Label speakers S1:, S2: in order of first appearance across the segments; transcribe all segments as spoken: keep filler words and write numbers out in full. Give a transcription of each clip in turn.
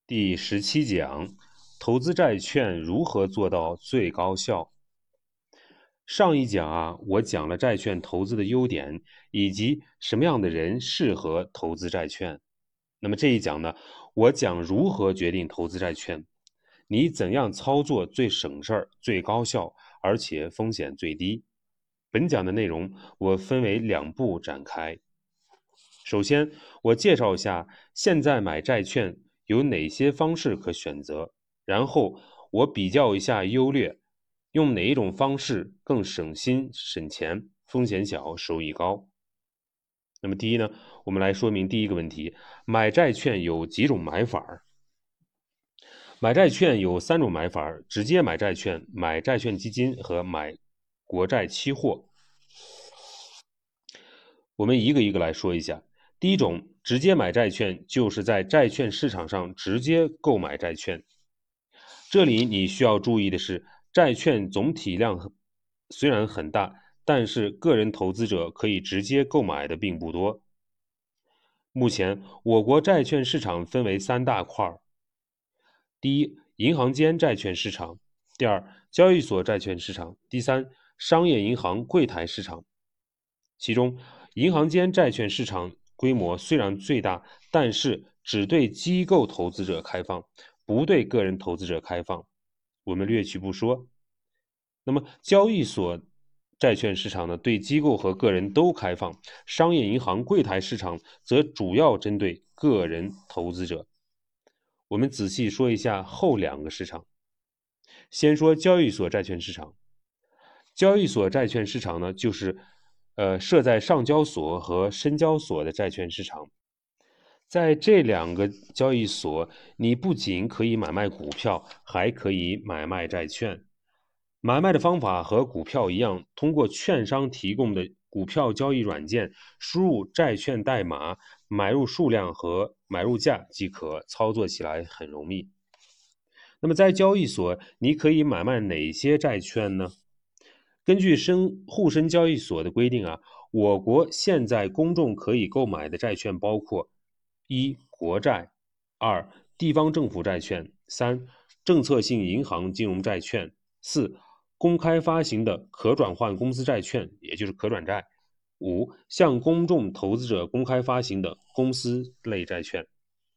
S1: 第十七讲，投资债券如何做到最高效？上一讲啊，我讲了债券投资的优点，以及什么样的人适合投资债券。那么这一讲呢，我讲如何决定投资债券，你怎样操作最省事儿、最高效，而且风险最低。本讲的内容我分为两步展开。首先，我介绍一下现在买债券有哪些方式可选择，然后我比较一下优劣，用哪一种方式更省心省钱，风险小，收益高。那么第一呢，我们来说明第一个问题，买债券有几种买法？买债券有三种买法，直接买债券、买债券基金和买国债期货。我们一个一个来说一下。第一种，直接买债券，就是在债券市场上直接购买债券。这里你需要注意的是，债券总体量虽然很大，但是个人投资者可以直接购买的并不多。目前，我国债券市场分为三大块：第一，银行间债券市场；第二，交易所债券市场；第三，商业银行柜台市场。其中，银行间债券市场规模虽然最大，但是只对机构投资者开放，不对个人投资者开放，我们略去不说。那么交易所债券市场呢，对机构和个人都开放，商业银行柜台市场则主要针对个人投资者。我们仔细说一下后两个市场。先说交易所债券市场。交易所债券市场呢，就是呃设在上交所和深交所的债券市场。在这两个交易所，你不仅可以买卖股票，还可以买卖债券。买卖的方法和股票一样，通过券商提供的股票交易软件，输入债券代码、买入数量和买入价即可，操作起来很容易。那么在交易所，你可以买卖哪些债券呢？根据深沪深交易所的规定啊，我国现在公众可以购买的债券包括：一、国债；二、地方政府债券；三、政策性银行金融债券；四、公开发行的可转换公司债券，也就是可转债；五、向公众投资者公开发行的公司类债券。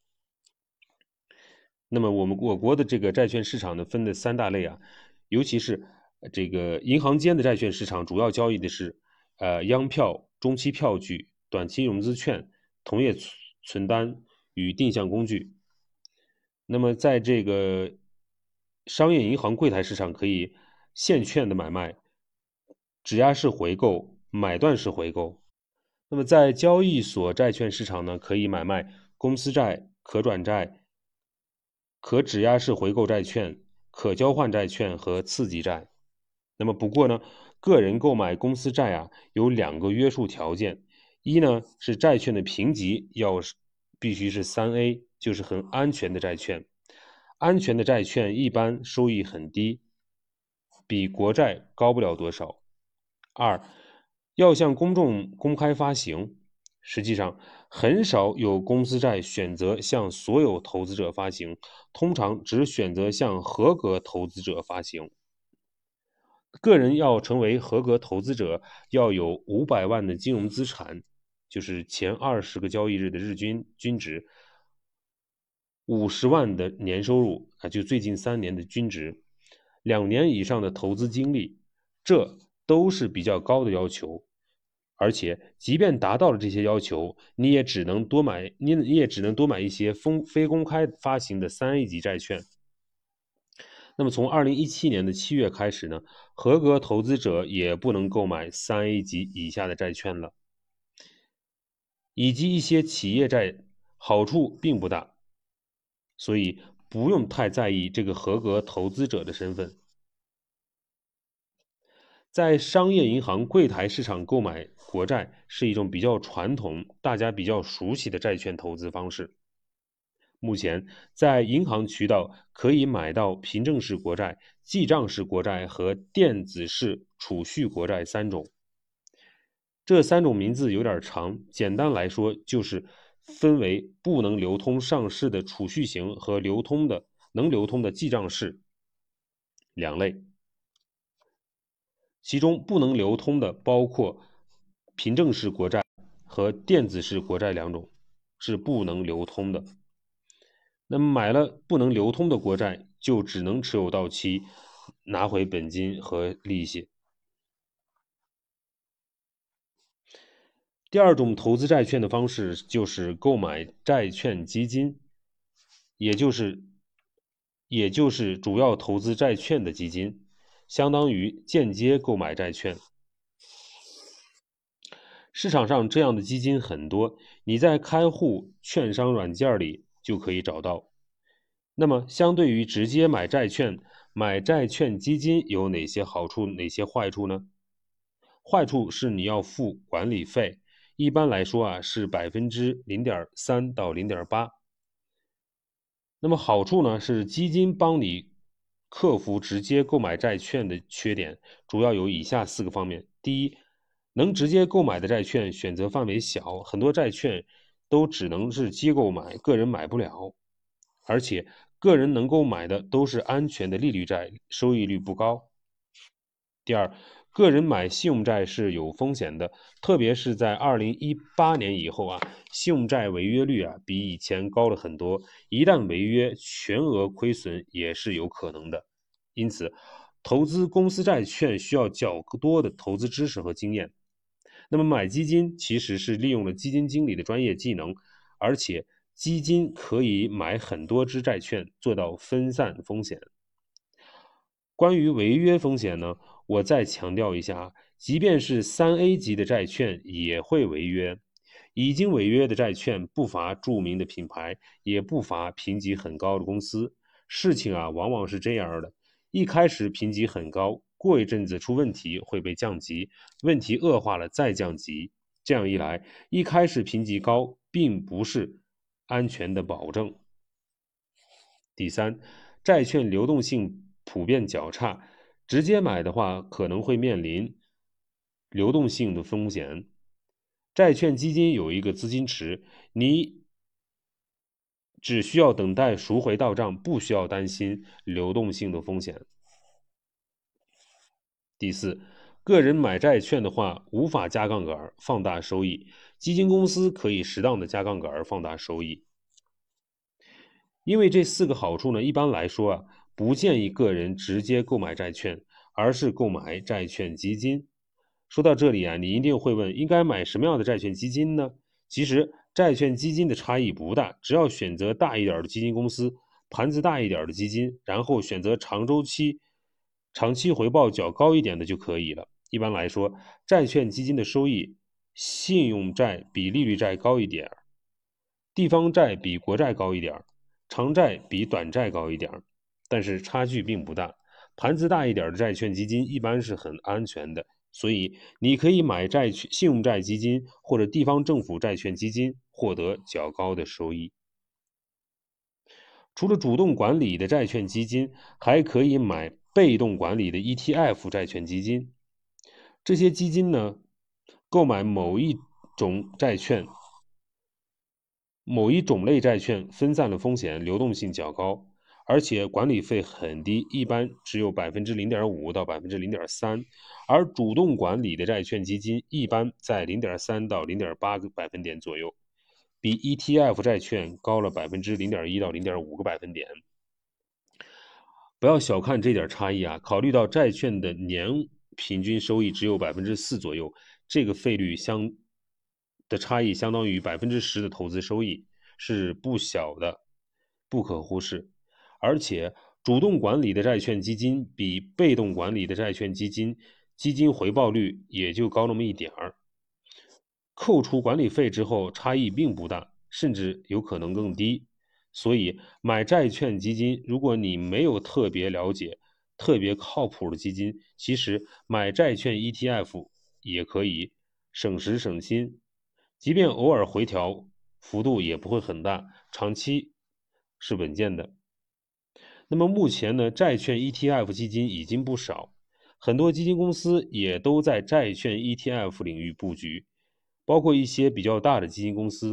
S1: 那么我们我国的这个债券市场呢，分的三大类啊，尤其是这个银行间的债券市场，主要交易的是呃央票、中期票据、短期融资券、同业存单与定向工具。那么在这个商业银行柜台市场，可以现券的买卖、质押式回购、买断式回购。那么在交易所债券市场呢，可以买卖公司债、可转债、可质押式回购债券、可交换债券和次级债。那么不过呢，个人购买公司债啊，有两个约束条件：一呢是债券的评级要必须是三 A， 就是很安全的债券。安全的债券一般收益很低，比国债高不了多少。二，要向公众公开发行。实际上，很少有公司债选择向所有投资者发行，通常只选择向合格投资者发行。个人要成为合格投资者，要有五百万的金融资产，就是前二十个交易日的日均均值，五十万的年收入啊，就最近三年的均值，两年以上的投资经历，这都是比较高的要求。而且，即便达到了这些要求，你也只能多买，你你也只能多买一些非非公开发行的三 A 级债券。那么，从二零一七年的七月开始呢，合格投资者也不能购买三 A 级以下的债券了，以及一些企业债好处并不大，所以不用太在意这个合格投资者的身份。在商业银行柜台市场购买国债是一种比较传统、大家比较熟悉的债券投资方式。目前，在银行渠道可以买到凭证式国债、记账式国债和电子式储蓄国债三种。这三种名字有点长，简单来说就是分为不能流通上市的储蓄型和流通的能流通的记账式两类。其中不能流通的包括凭证式国债和电子式国债两种，是不能流通的。那么买了不能流通的国债，就只能持有到期，拿回本金和利息。第二种投资债券的方式就是购买债券基金，也就是也就是主要投资债券的基金，相当于间接购买债券。市场上这样的基金很多，你在开户券商软件里就可以找到。那么相对于直接买债券，买债券基金有哪些好处，哪些坏处呢？坏处是你要付管理费，一般来说啊是 百分之零点三 到 零点八。那么好处呢是基金帮你克服直接购买债券的缺点，主要有以下四个方面。第一，能直接购买的债券选择范围小，很多债券都只能是机构买，个人买不了。而且个人能够买的都是安全的利率债，收益率不高。第二，个人买信用债是有风险的，特别是在二零一八年以后啊，信用债违约率啊比以前高了很多，一旦违约，全额亏损也是有可能的。因此，投资公司债券需要较多的投资知识和经验。那么买基金其实是利用了基金经理的专业技能，而且基金可以买很多只债券，做到分散风险。关于违约风险呢，我再强调一下，即便是 三 A 级的债券也会违约。已经违约的债券不乏著名的品牌，也不乏评级很高的公司。事情啊，往往是这样的：一开始评级很高，过一阵子出问题会被降级，问题恶化了再降级。这样一来，一开始评级高并不是安全的保证。第三，债券流动性普遍较差，直接买的话可能会面临流动性的风险。债券基金有一个资金池，你只需要等待赎回到账，不需要担心流动性的风险。第四，个人买债券的话，无法加杠杆放大收益，基金公司可以适当的加杠杆放大收益。因为这四个好处呢，一般来说啊，不建议个人直接购买债券，而是购买债券基金。说到这里啊，你一定会问，应该买什么样的债券基金呢？其实债券基金的差异不大，只要选择大一点的基金公司，盘子大一点的基金，然后选择长周期、长期回报较高一点的就可以了。一般来说，债券基金的收益，信用债比利率债高一点，地方债比国债高一点，长债比短债高一点，但是差距并不大。盘子大一点的债券基金一般是很安全的，所以你可以买债券、信用债基金或者地方政府债券基金，获得较高的收益。除了主动管理的债券基金，还可以买被动管理的 E T F 债券基金。这些基金呢，购买某一种债券。某一种类债券分散了风险，流动性较高，而且管理费很低，一般只有 百分之零点五 到 百分之零点三，而主动管理的债券基金一般在 零点三 到 零点八 个百分点左右，比 E T F 债券高了 百分之零点一 到 零点五 个百分点。不要小看这点差异啊，考虑到债券的年平均收益只有 百分之四 左右，这个费率相的差异相当于 百分之十 的投资收益，是不小的，不可忽视。而且主动管理的债券基金比被动管理的债券基金基金回报率也就高那么一点儿，扣除管理费之后差异并不大，甚至有可能更低。所以买债券基金，如果你没有特别了解、特别靠谱的基金，其实买债券 E T F 也可以省时省心，即便偶尔回调，幅度也不会很大，长期是稳健的。那么目前呢，债券 E T F 基金已经不少，很多基金公司也都在债券 E T F 领域布局，包括一些比较大的基金公司，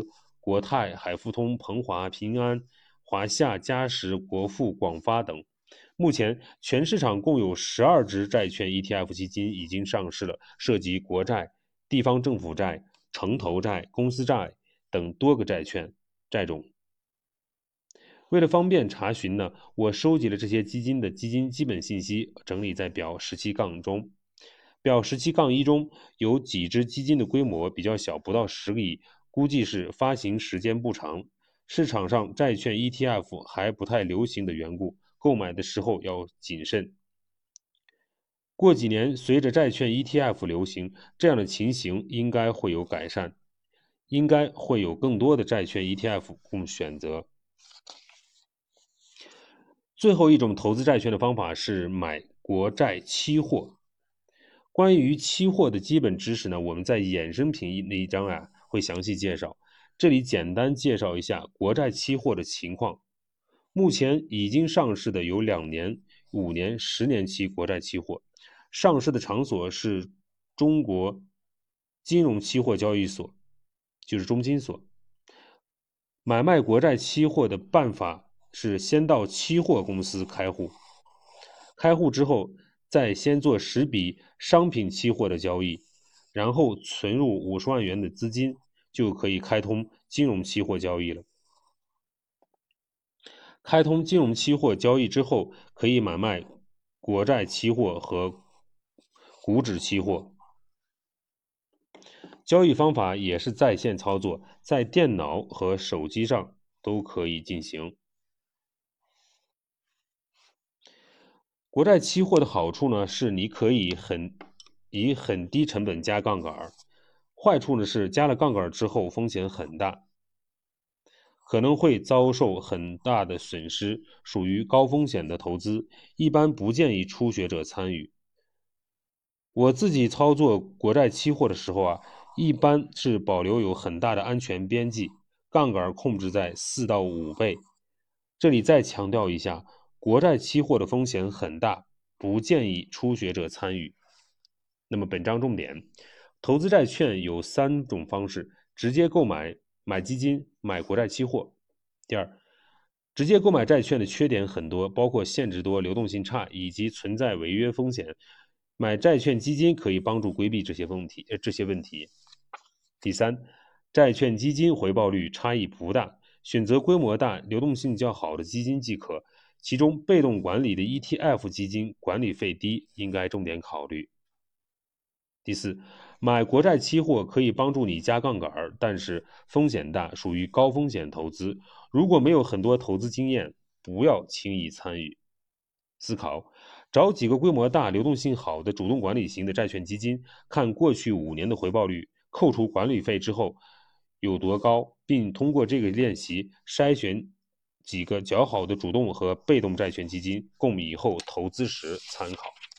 S1: 国泰、海富通、鹏华、平安、华夏、嘉实、国富、广发等。目前，全市场共有十二只债券 E T F 基金已经上市了，涉及国债、地方政府债、城投债、公司债等多个债券债种。为了方便查询呢，我收集了这些基金的基金基本信息，整理在表十七杠中。表十七杠一中有几只基金的规模比较小，不到十个亿，估计是发行时间不长，市场上债券 E T F 还不太流行的缘故，购买的时候要谨慎。过几年，随着债券 E T F 流行，这样的情形应该会有改善，应该会有更多的债券 E T F 供选择。最后一种投资债券的方法是买国债期货。关于期货的基本知识呢，我们在衍生品那一章啊会详细介绍。这里简单介绍一下国债期货的情况。目前已经上市的有两年、五年、十年期国债期货，上市的场所是中国金融期货交易所，就是中金所。买卖国债期货的办法是先到期货公司开户，开户之后再先做十笔商品期货的交易，然后存入五十万元的资金，就可以开通金融期货交易了。开通金融期货交易之后，可以买卖国债期货和股指期货。交易方法也是在线操作，在电脑和手机上都可以进行。国债期货的好处呢，是你可以很以很低成本加杠杆，坏处呢是加了杠杆之后风险很大，可能会遭受很大的损失，属于高风险的投资，一般不建议初学者参与。我自己操作国债期货的时候啊，一般是保留有很大的安全边际，杠杆控制在四到五倍。这里再强调一下，国债期货的风险很大，不建议初学者参与。那么本章重点，投资债券有三种方式：直接购买、买基金、买国债期货。第二，直接购买债券的缺点很多，包括限制多、流动性差以及存在违约风险。买债券基金可以帮助规避这些问题。呃、这些问题。第三，债券基金回报率差异不大，选择规模大、流动性较好的基金即可。其中，被动管理的 E T F 基金管理费低，应该重点考虑。第四，买国债期货可以帮助你加杠杆，但是风险大，属于高风险投资。如果没有很多投资经验，不要轻易参与。思考，找几个规模大、流动性好的主动管理型的债券基金，看过去五年的回报率，扣除管理费之后有多高，并通过这个练习筛选几个较好的主动和被动债券基金，供以后投资时参考。